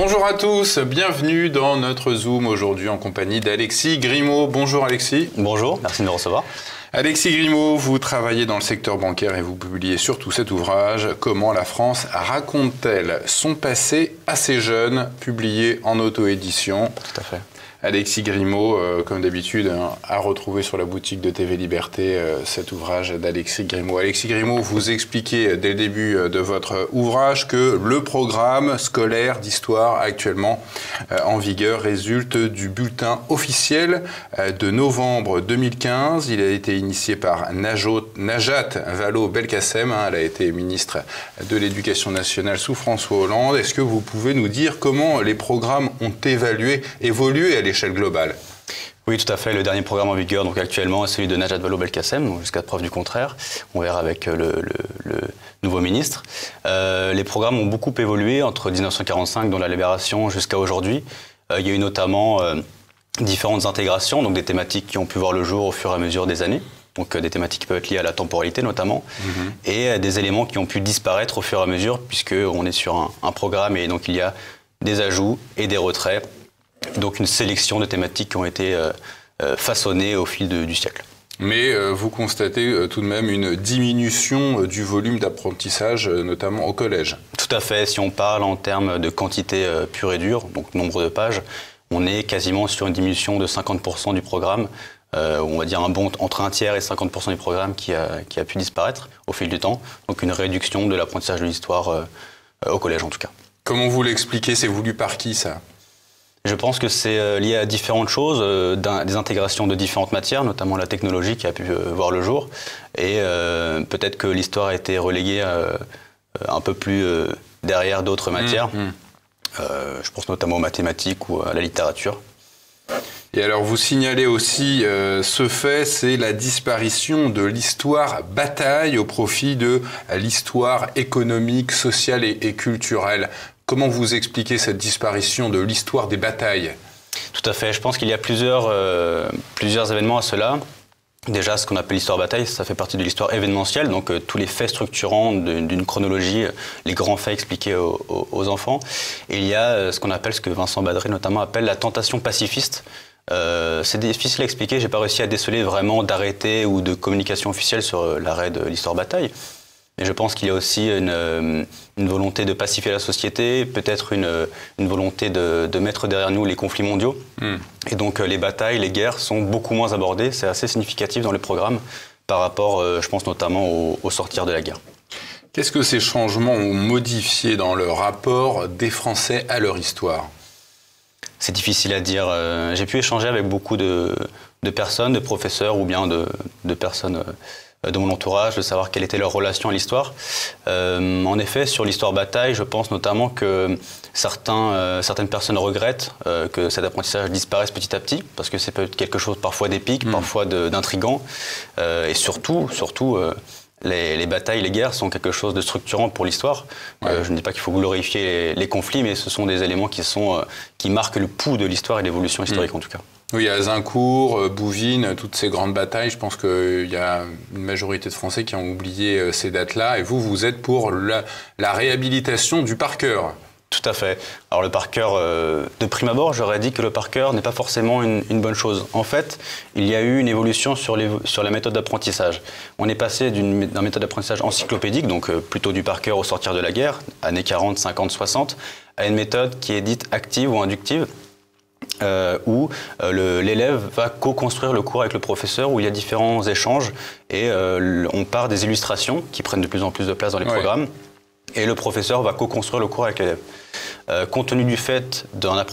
Bonjour à tous, bienvenue dans notre Zoom aujourd'hui en compagnie d'Alexis Grimaud. Bonjour Alexis. Bonjour, merci de me recevoir. Alexis Grimaud, vous travaillez dans le secteur bancaire et vous publiez surtout cet ouvrage « Comment la France raconte-t-elle son passé à ses jeunes ?» publié en auto-édition. Tout à fait. Alexis Grimaud, comme d'habitude, à retrouver sur la boutique de TV Liberté cet ouvrage d'Alexis Grimaud. Alexis Grimaud, vous expliquez dès le début de votre ouvrage que le programme scolaire d'histoire actuellement en vigueur résulte du bulletin officiel de novembre 2015. Il a été initié par Najat Vallaud-Belkacem. Elle a été ministre de l'Éducation nationale sous François Hollande. Est-ce que vous pouvez nous dire comment les programmes ont évolué à l'échelle globale? Oui, tout à fait. Le dernier programme en vigueur, donc actuellement, est celui de Najat Vallaud-Belkacem, jusqu'à preuve du contraire. On verra avec le nouveau ministre. Les programmes ont beaucoup évolué entre 1945, dont la libération, jusqu'à aujourd'hui. Il y a eu notamment différentes intégrations, donc des thématiques qui ont pu voir le jour au fur et à mesure des années. Donc des thématiques qui peuvent être liées à la temporalité notamment, et des éléments qui ont pu disparaître au fur et à mesure, puisqu'on est sur un programme et donc il y a des ajouts et des retraits. Donc une sélection de thématiques qui ont été façonnées au fil du siècle. Mais vous constatez tout de même une diminution du volume d'apprentissage, notamment au collège. Tout à fait. Si on parle en termes de quantité pure et dure, donc nombre de pages, on est quasiment sur une diminution de 50% du programme. On va dire un bond entre un tiers et 50% du programme qui a pu disparaître au fil du temps. Donc une réduction de l'apprentissage de l'histoire au collège en tout cas. Comment vous l'expliquez? C'est voulu par qui ça? Je pense que c'est lié à différentes choses, des intégrations de différentes matières, notamment la technologie qui a pu voir le jour. Et peut-être que l'histoire a été reléguée un peu plus derrière d'autres matières. Je pense notamment aux mathématiques ou à la littérature. Et alors vous signalez aussi ce fait, c'est la disparition de l'histoire bataille au profit de l'histoire économique, sociale et culturelle. Comment vous expliquez cette disparition de l'histoire des batailles? Tout à fait. Je pense qu'il y a plusieurs événements à cela. Déjà, ce qu'on appelle l'histoire bataille, ça fait partie de l'histoire événementielle, donc tous les faits structurants d'une chronologie, les grands faits expliqués aux enfants. Et il y a ce qu'on appelle, ce que Vincent Badré notamment appelle la tentation pacifiste. C'est difficile à expliquer, j'ai pas réussi à déceler vraiment d'arrêté ou de communication officielle sur l'arrêt de l'histoire bataille. Et je pense qu'il y a aussi une volonté de pacifier la société, peut-être une volonté de mettre derrière nous les conflits mondiaux. Et donc les batailles, les guerres sont beaucoup moins abordées. C'est assez significatif dans le programme par rapport, je pense notamment au sortir de la guerre. Qu'est-ce que ces changements ont modifié dans le rapport des Français à leur histoire? C'est difficile à dire. J'ai pu échanger avec beaucoup de personnes, de professeurs ou bien de personnes de mon entourage, de savoir quelle était leur relation à l'histoire. En effet, sur l'histoire bataille, je pense notamment que certaines personnes regrettent que cet apprentissage disparaisse petit à petit, parce que c'est peut-être quelque chose parfois d'épique, parfois d'intrigant, et surtout les batailles, les guerres sont quelque chose de structurant pour l'histoire. Je ne dis pas qu'il faut glorifier les conflits, mais ce sont des éléments qui marquent le pouls de l'histoire et l'évolution historique en tout cas. Oui, à Azincourt, Bouvines, toutes ces grandes batailles, je pense qu'il y a une majorité de Français qui ont oublié ces dates-là. Et vous êtes pour la réhabilitation du par cœur. Tout à fait. Alors le par cœur, de prime abord, j'aurais dit que le par cœur n'est pas forcément une bonne chose. En fait, il y a eu une évolution sur la méthode d'apprentissage. On est passé d'une méthode d'apprentissage encyclopédique, donc plutôt du par cœur au sortir de la guerre, années 40, 50, 60, à une méthode qui est dite active ou inductive, où l'élève va co-construire le cours avec le professeur, où il y a différents échanges et on part des illustrations qui prennent de plus en plus de place dans les programmes. Et le professeur va co-construire le cours avec l'élève. Compte tenu du fait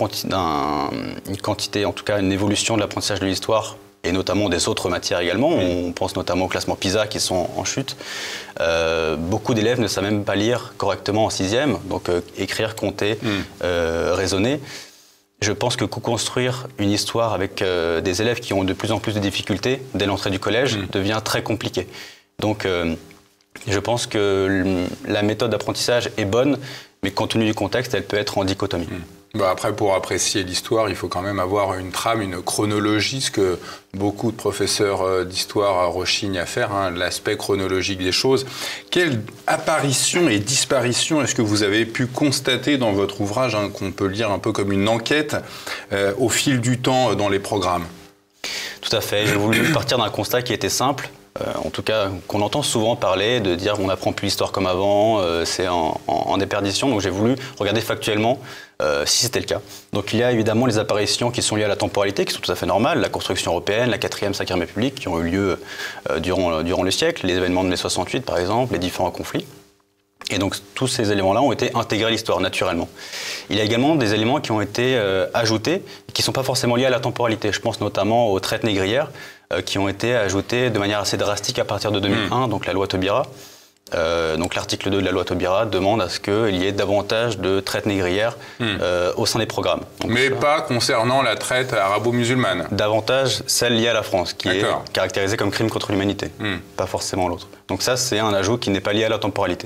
d'une quantité, en tout cas une évolution de l'apprentissage de l'histoire, et notamment des autres matières également, on pense notamment au classement PISA qui sont en chute, beaucoup d'élèves ne savent même pas lire correctement en 6e, donc écrire, compter, raisonner. Je pense que co-construire une histoire avec des élèves qui ont de plus en plus de difficultés dès l'entrée du collège devient très compliqué. Donc je pense que la méthode d'apprentissage est bonne, mais compte tenu du contexte, elle peut être en dichotomie. Bah après, pour apprécier l'histoire, il faut quand même avoir une trame, une chronologie, ce que beaucoup de professeurs d'histoire rechignent à faire, hein, l'aspect chronologique des choses. Quelle apparition et disparition est-ce que vous avez pu constater dans votre ouvrage, hein, qu'on peut lire un peu comme une enquête, au fil du temps dans les programmes? Tout à fait. J'ai voulu partir d'un constat qui était simple. En tout cas, qu'on entend souvent parler, de dire on n'apprend plus l'histoire comme avant, c'est en déperdition. Donc j'ai voulu regarder factuellement si c'était le cas. Donc il y a évidemment les apparitions qui sont liées à la temporalité, qui sont tout à fait normales, la construction européenne, la 4e, 5e République, qui ont eu lieu durant le siècle, les événements de mai 68 par exemple, les différents conflits. Et donc tous ces éléments-là ont été intégrés à l'histoire naturellement. Il y a également des éléments qui ont été ajoutés, qui ne sont pas forcément liés à la temporalité. Je pense notamment aux traites négrières, qui ont été ajoutés de manière assez drastique à partir de 2001, donc la loi Taubira. Donc l'article 2 de la loi Taubira demande à ce qu'il y ait davantage de traites négrières au sein des programmes. Donc, mais pas concernant la traite arabo-musulmane. Davantage celle liée à la France, qui est caractérisée comme crime contre l'humanité, pas forcément l'autre. Donc ça, c'est un ajout qui n'est pas lié à la temporalité.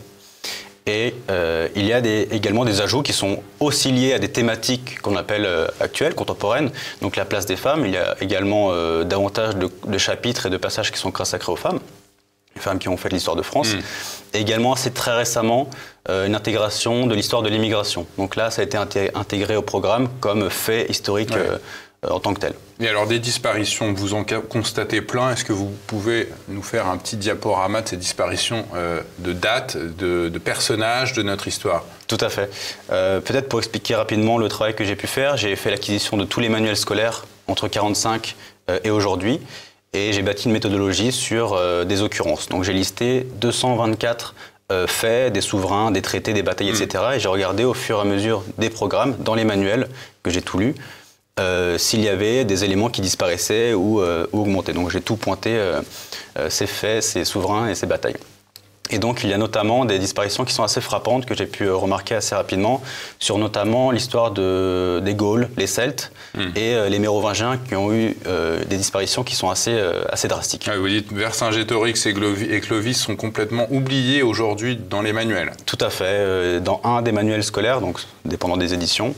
Et il y a également des ajouts qui sont aussi liés à des thématiques qu'on appelle actuelles, contemporaines. Donc la place des femmes, il y a également davantage de chapitres et de passages qui sont consacrés aux femmes, les femmes qui ont fait l'histoire de France. Et également, c'est très récemment une intégration de l'histoire de l'immigration. Donc là, ça a été intégré au programme comme fait historique en tant que tel. Et alors des disparitions, vous en constatez plein. Est-ce que vous pouvez nous faire un petit diaporama de ces disparitions de dates, de personnages de notre histoire? Tout à fait. Peut-être pour expliquer rapidement le travail que j'ai pu faire, j'ai fait l'acquisition de tous les manuels scolaires entre 1945 et aujourd'hui. Et j'ai bâti une méthodologie sur des occurrences. Donc j'ai listé 224 faits, des souverains, des traités, des batailles, etc. Et j'ai regardé au fur et à mesure des programmes, dans les manuels que j'ai tout lus, s'il y avait des éléments qui disparaissaient ou augmentaient. Donc j'ai tout pointé, ces faits, ces souverains et ces batailles. Et donc il y a notamment des disparitions qui sont assez frappantes que j'ai pu remarquer assez rapidement sur notamment l'histoire des Gaules, les Celtes et les Mérovingiens qui ont eu des disparitions qui sont assez drastiques. Vous dites Vercingétorix et Clovis sont complètement oubliés aujourd'hui dans les manuels. Tout à fait. Dans un des manuels scolaires, donc dépendant des éditions,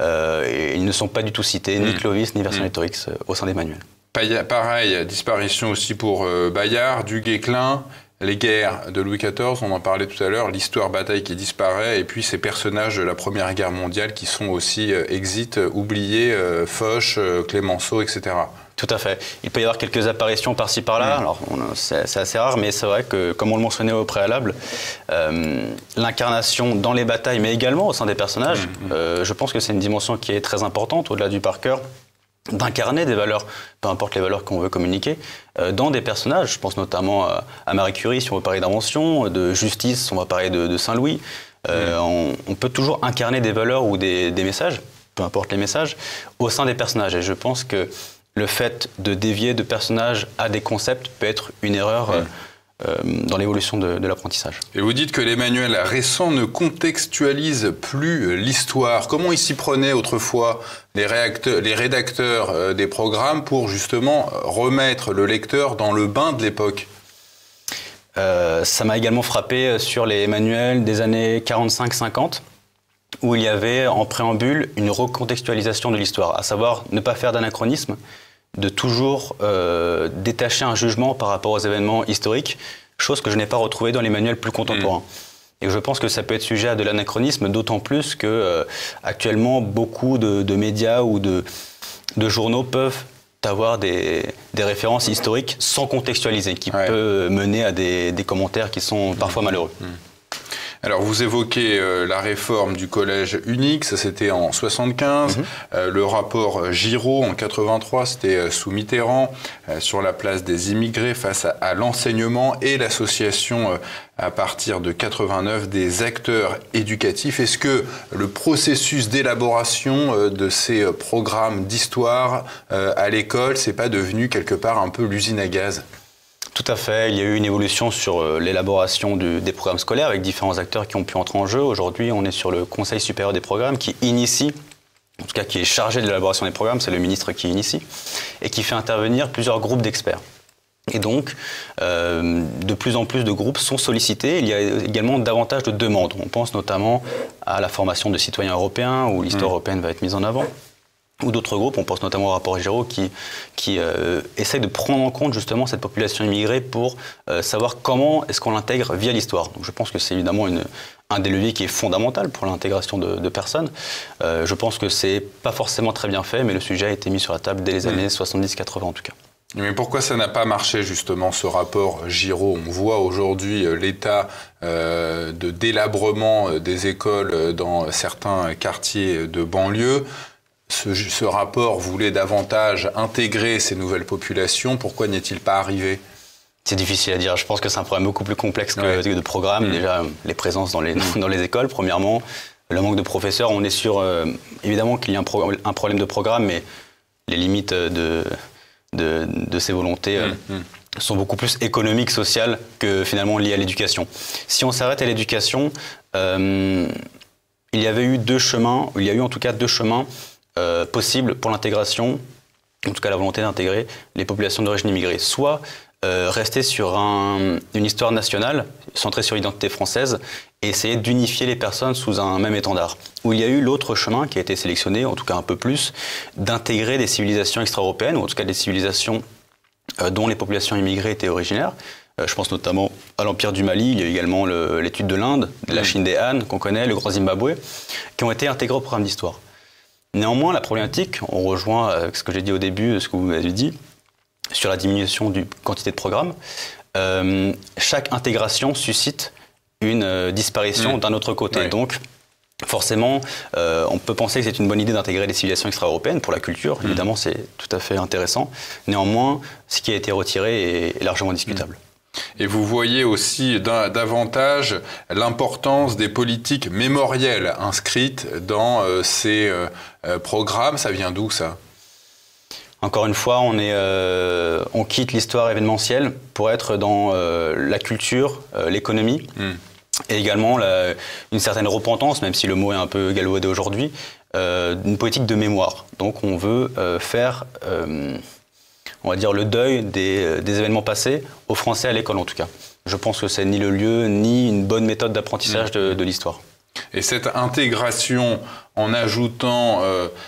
ils ne sont pas du tout cités, ni Clovis ni Vercingétorix au sein des manuels. Pareil, disparition aussi pour Bayard, Du Guesclin. Les guerres de Louis XIV, on en parlait tout à l'heure, l'histoire bataille qui disparaît, et puis ces personnages de la Première Guerre mondiale qui sont aussi oubliés, Foch, Clémenceau, etc. Tout à fait. Il peut y avoir quelques apparitions par-ci par-là, alors c'est assez rare, mais c'est vrai que, comme on le mentionnait au préalable, l'incarnation dans les batailles, mais également au sein des personnages, je pense que c'est une dimension qui est très importante, au-delà du par cœur, d'incarner des valeurs, peu importe les valeurs qu'on veut communiquer, dans des personnages. Je pense notamment à Marie Curie, si on veut parler d'invention, de justice, si on va parler de Saint-Louis. On peut toujours incarner des valeurs ou des messages, peu importe les messages, au sein des personnages. Et je pense que le fait de dévier de personnages à des concepts peut être une erreur dans l'évolution de l'apprentissage. Et vous dites que les manuels récents ne contextualisent plus l'histoire. Comment ils s'y prenaient autrefois, les rédacteurs des programmes, pour justement remettre le lecteur dans le bain de l'époque? Ça m'a également frappé sur les manuels des années 45-50, où il y avait en préambule une recontextualisation de l'histoire, à savoir ne pas faire d'anachronisme, de toujours détacher un jugement par rapport aux événements historiques, chose que je n'ai pas retrouvée dans les manuels plus contemporains. Et je pense que ça peut être sujet à de l'anachronisme, d'autant plus que actuellement beaucoup de médias ou de journaux peuvent avoir des références historiques sans contextualiser, qui peut mener à des commentaires qui sont parfois malheureux. Alors vous évoquez la réforme du collège unique, ça c'était en 75, le rapport Giraud en 83, c'était sous Mitterrand, sur la place des immigrés face à l'enseignement, et l'association à partir de 89 des acteurs éducatifs. Est-ce que le processus d'élaboration de ces programmes d'histoire à l'école, c'est pas devenu quelque part un peu l'usine à gaz ? Tout à fait. Il y a eu une évolution sur l'élaboration des programmes scolaires avec différents acteurs qui ont pu entrer en jeu. Aujourd'hui, on est sur le Conseil supérieur des programmes qui initie, en tout cas qui est chargé de l'élaboration des programmes, c'est le ministre qui initie, et qui fait intervenir plusieurs groupes d'experts. Et donc, de plus en plus de groupes sont sollicités. Il y a également davantage de demandes. On pense notamment à la formation de citoyens européens, où l'histoire européenne va être mise en avant. Ou d'autres groupes, on pense notamment au rapport Giraud, qui essaye de prendre en compte justement cette population immigrée pour savoir comment est-ce qu'on l'intègre via l'histoire. Donc je pense que c'est évidemment un des leviers qui est fondamental pour l'intégration de personnes. Je pense que c'est pas forcément très bien fait, mais le sujet a été mis sur la table dès les années 70-80 en tout cas. Mais pourquoi ça n'a pas marché justement ce rapport Giraud? On voit aujourd'hui l'état de délabrement des écoles dans certains quartiers de banlieue. Ce rapport voulait davantage intégrer ces nouvelles populations. Pourquoi n'est-il pas arrivé? C'est difficile à dire. Je pense que c'est un problème beaucoup plus complexe que de programme. Déjà, les présences dans les écoles, premièrement. Le manque de professeurs. On est sûr, évidemment, qu'il y a un problème de programme, mais les limites de ces volontés sont beaucoup plus économiques, sociales, que finalement liées à l'éducation. Si on s'arrête à l'éducation, il y avait eu deux chemins, il y a eu en tout cas deux chemins possible pour l'intégration, en tout cas la volonté d'intégrer les populations d'origine immigrée. Soit rester sur une histoire nationale, centrée sur l'identité française, et essayer d'unifier les personnes sous un même étendard. Où il y a eu l'autre chemin qui a été sélectionné, en tout cas un peu plus, d'intégrer des civilisations extra-européennes, ou en tout cas des civilisations dont les populations immigrées étaient originaires. Je pense notamment à l'Empire du Mali, il y a également l'étude de l'Inde, la Chine des Han, qu'on connaît, le Grand Zimbabwe, qui ont été intégrés au programme d'histoire. Néanmoins, la problématique, on rejoint ce que j'ai dit au début, ce que vous m'avez dit, sur la diminution de quantité de programmes. Chaque intégration suscite une disparition d'un autre côté. Oui. Donc, forcément, on peut penser que c'est une bonne idée d'intégrer des civilisations extra-européennes pour la culture. Évidemment, c'est tout à fait intéressant. Néanmoins, ce qui a été retiré est largement discutable. Et vous voyez aussi davantage l'importance des politiques mémorielles inscrites dans ces programmes. Ça vient d'où, ça? Encore une fois, on quitte l'histoire événementielle pour être dans la culture, l'économie, et également une certaine repentance, même si le mot est un peu galvaudé aujourd'hui, une politique de mémoire. Donc on veut faire... on va dire le deuil des événements passés aux Français à l'école en tout cas. Je pense que c'est ni le lieu, ni une bonne méthode d'apprentissage de l'histoire. Et cette intégration en ajoutant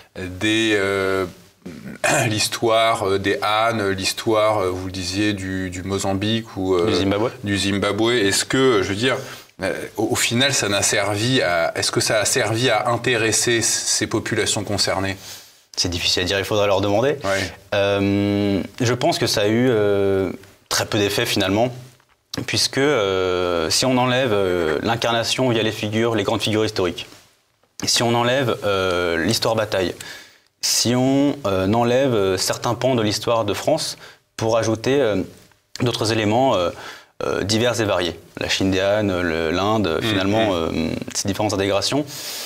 l'histoire des Han, l'histoire, vous le disiez, du Mozambique ou du Zimbabwe, est-ce que, je veux dire, au final, ça n'a servi est-ce que ça a servi à intéresser ces populations concernées? C'est difficile à dire, il faudra leur demander. Ouais. Je pense que ça a eu très peu d'effet finalement, puisque si on enlève l'incarnation via les grandes figures historiques, si on enlève l'histoire bataille, si on enlève certains pans de l'histoire de France pour ajouter d'autres éléments divers et variés, la Chine des Han, l'Inde, finalement, ces différentes intégrations,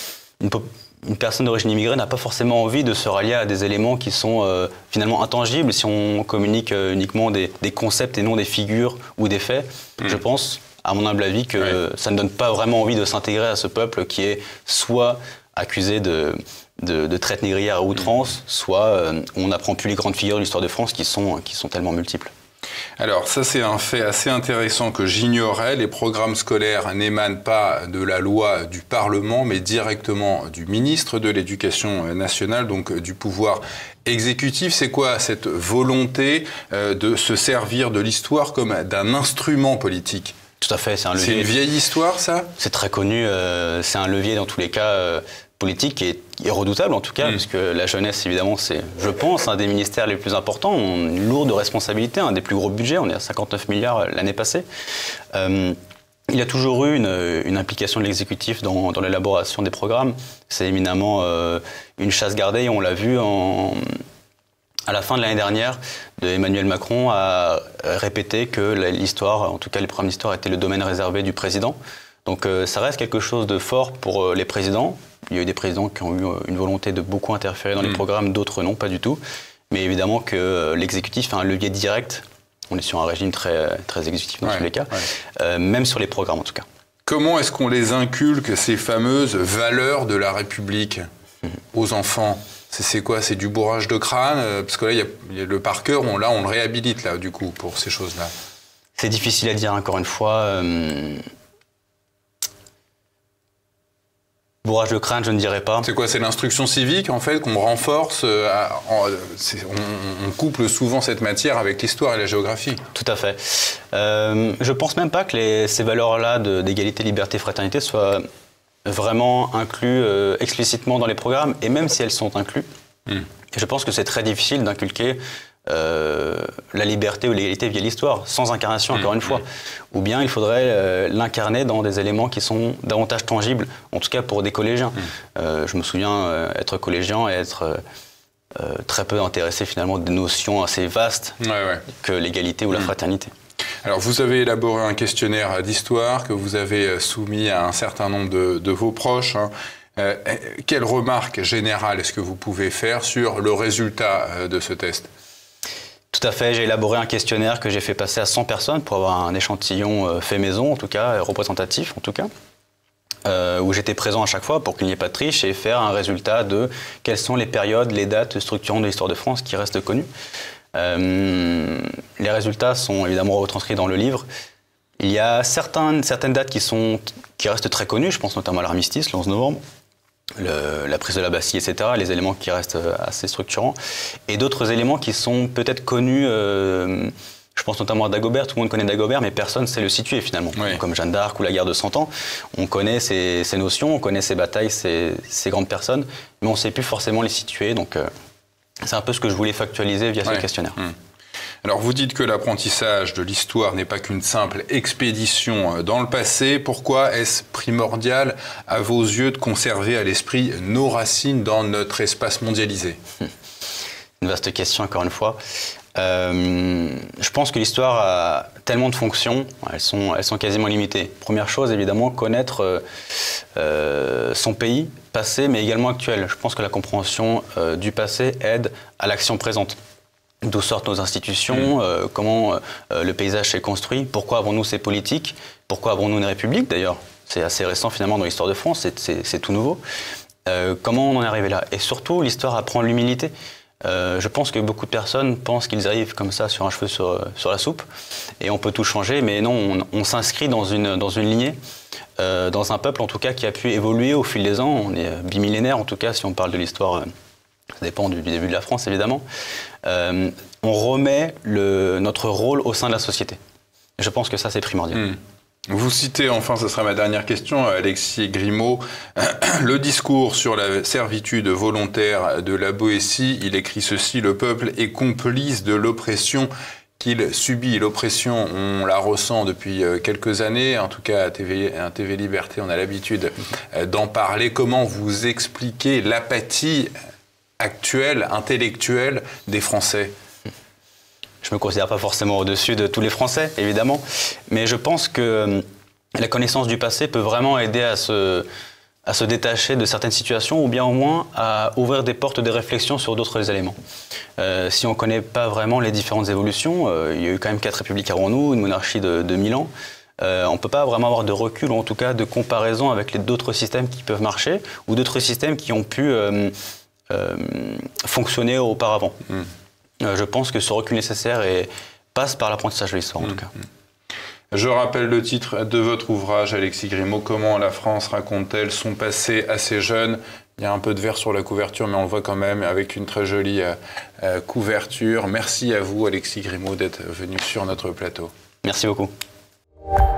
une personne d'origine immigrée n'a pas forcément envie de se rallier à des éléments qui sont finalement intangibles si on communique uniquement des concepts et non des figures ou des faits. Je pense, à mon humble avis, que ça ne donne pas vraiment envie de s'intégrer à ce peuple qui est soit accusé de traite négrière à outrance, soit on n'apprend plus les grandes figures de l'histoire de France qui sont tellement multiples. Alors ça, c'est un fait assez intéressant que j'ignorais. Les programmes scolaires n'émanent pas de la loi du Parlement, mais directement du ministre de l'Éducation nationale, donc du pouvoir exécutif. C'est quoi cette volonté de se servir de l'histoire comme d'un instrument politique? Tout à fait, c'est un levier. C'est une vieille histoire, ça? C'est très connu, c'est un levier dans tous les cas politique qui est redoutable en tout cas, parce que la jeunesse, évidemment, c'est, je pense, un des ministères les plus importants. On a une lourde responsabilité, un des plus gros budgets. On est à 59 milliards l'année passée. Il y a toujours eu une implication de l'exécutif dans l'élaboration des programmes. C'est éminemment une chasse gardée. On l'a vu à la fin de l'année dernière, Emmanuel Macron a répété que l'histoire, en tout cas les programmes d'histoire, étaient le domaine réservé du président. Donc ça reste quelque chose de fort pour les présidents. Il y a eu des présidents qui ont eu une volonté de beaucoup interférer dans les programmes, d'autres non, pas du tout. Mais évidemment que l'exécutif a un levier direct. On est sur un régime très, très exécutif dans tous les cas, même sur les programmes en tout cas. Comment est-ce qu'on les inculque, ces fameuses valeurs de la République ? aux enfants, c'est quoi? C'est du bourrage de crâne? Parce que là, il y a le par cœur, on le réhabilite, là, du coup, pour ces choses-là. C'est difficile à dire, encore une fois. Bourrage de crâne, je ne dirais pas. C'est quoi? C'est l'instruction civique, en fait, qu'on renforce. On couple souvent cette matière avec l'histoire et la géographie. Tout à fait. Je pense même pas que ces valeurs-là d'égalité, liberté, fraternité soient vraiment incluses explicitement dans les programmes, et même si elles sont incluses, je pense que c'est très difficile d'inculquer la liberté ou l'égalité via l'histoire, sans incarnation, encore une fois. Ou bien il faudrait l'incarner dans des éléments qui sont davantage tangibles, en tout cas pour des collégiens. Je me souviens être collégien et être très peu intéressé finalement des notions assez vastes que l'égalité ou la fraternité. Alors vous avez élaboré un questionnaire d'histoire que vous avez soumis à un certain nombre de vos proches. Quelle remarque générale est-ce que vous pouvez faire sur le résultat de ce test ? Tout à fait, j'ai élaboré un questionnaire que j'ai fait passer à 100 personnes pour avoir un échantillon fait maison, en tout cas, représentatif en tout cas, où j'étais présent à chaque fois pour qu'il n'y ait pas de triche et faire un résultat de quelles sont les périodes, les dates structurantes de l'histoire de France qui restent connues. Les résultats sont évidemment retranscrits dans le livre. Il y a certaines dates qui restent très connues, je pense notamment à l'armistice, le 11 novembre. La prise de la Bastille, etc., les éléments qui restent assez structurants, et d'autres éléments qui sont peut-être connus, je pense notamment à Dagobert, tout le monde connaît Dagobert, mais personne ne sait le situer finalement, comme Jeanne d'Arc ou la guerre de 100 ans, on connaît ces notions, on connaît ces batailles, ces grandes personnes, mais on ne sait plus forcément les situer, donc c'est un peu ce que je voulais factualiser via ce questionnaire. Alors vous dites que l'apprentissage de l'histoire n'est pas qu'une simple expédition dans le passé. Pourquoi est-ce primordial à vos yeux de conserver à l'esprit nos racines dans notre espace mondialisé ? Une vaste question encore une fois. Je pense que l'histoire a tellement de fonctions, elles sont quasiment limitées. Première chose, évidemment, connaître son pays, passé, mais également actuel. Je pense que la compréhension du passé aide à l'action présente. D'où sortent nos institutions, comment le paysage s'est construit, pourquoi avons-nous ces politiques, pourquoi avons-nous une république d'ailleurs, c'est assez récent finalement dans l'histoire de France, c'est tout nouveau. Comment on en est arrivé là? Et surtout, l'histoire apprend l'humilité. Je pense que beaucoup de personnes pensent qu'ils arrivent comme ça sur un cheveu sur la soupe et on peut tout changer, mais non, on s'inscrit dans une lignée, dans un peuple en tout cas qui a pu évoluer au fil des ans. On est bimillénaire en tout cas si on parle de l'histoire. Ça dépend du début de la France, évidemment. On remet notre rôle au sein de la société. Je pense que ça, c'est primordial. Vous citez, enfin, ce sera ma dernière question, Alexis Grimaud, le discours sur la servitude volontaire de la Boétie. Il écrit ceci: « Le peuple est complice de l'oppression qu'il subit. » L'oppression, on la ressent depuis quelques années. En tout cas, à TV Liberté, on a l'habitude d'en parler. Comment vous expliquez l'apathie actuelle, intellectuelle des Français? Je ne me considère pas forcément au-dessus de tous les Français, évidemment, mais je pense que la connaissance du passé peut vraiment aider à se détacher de certaines situations ou bien au moins à ouvrir des portes de réflexion sur d'autres éléments. Si on ne connaît pas vraiment les différentes évolutions, il y a eu quand même 4 républiques avant nous, une monarchie de 1000 ans, on ne peut pas vraiment avoir de recul ou en tout cas de comparaison avec d'autres systèmes qui peuvent marcher ou d'autres systèmes qui ont pu fonctionner auparavant. Je pense que ce recul nécessaire passe par l'apprentissage de l'histoire en tout cas. Je rappelle le titre de votre ouvrage, Alexis Grimaud, « Comment la France raconte-t-elle son passé à ses jeunes ?» Il y a un peu de vert sur la couverture, mais on le voit quand même avec une très jolie couverture. Merci à vous, Alexis Grimaud, d'être venu sur notre plateau. Merci beaucoup.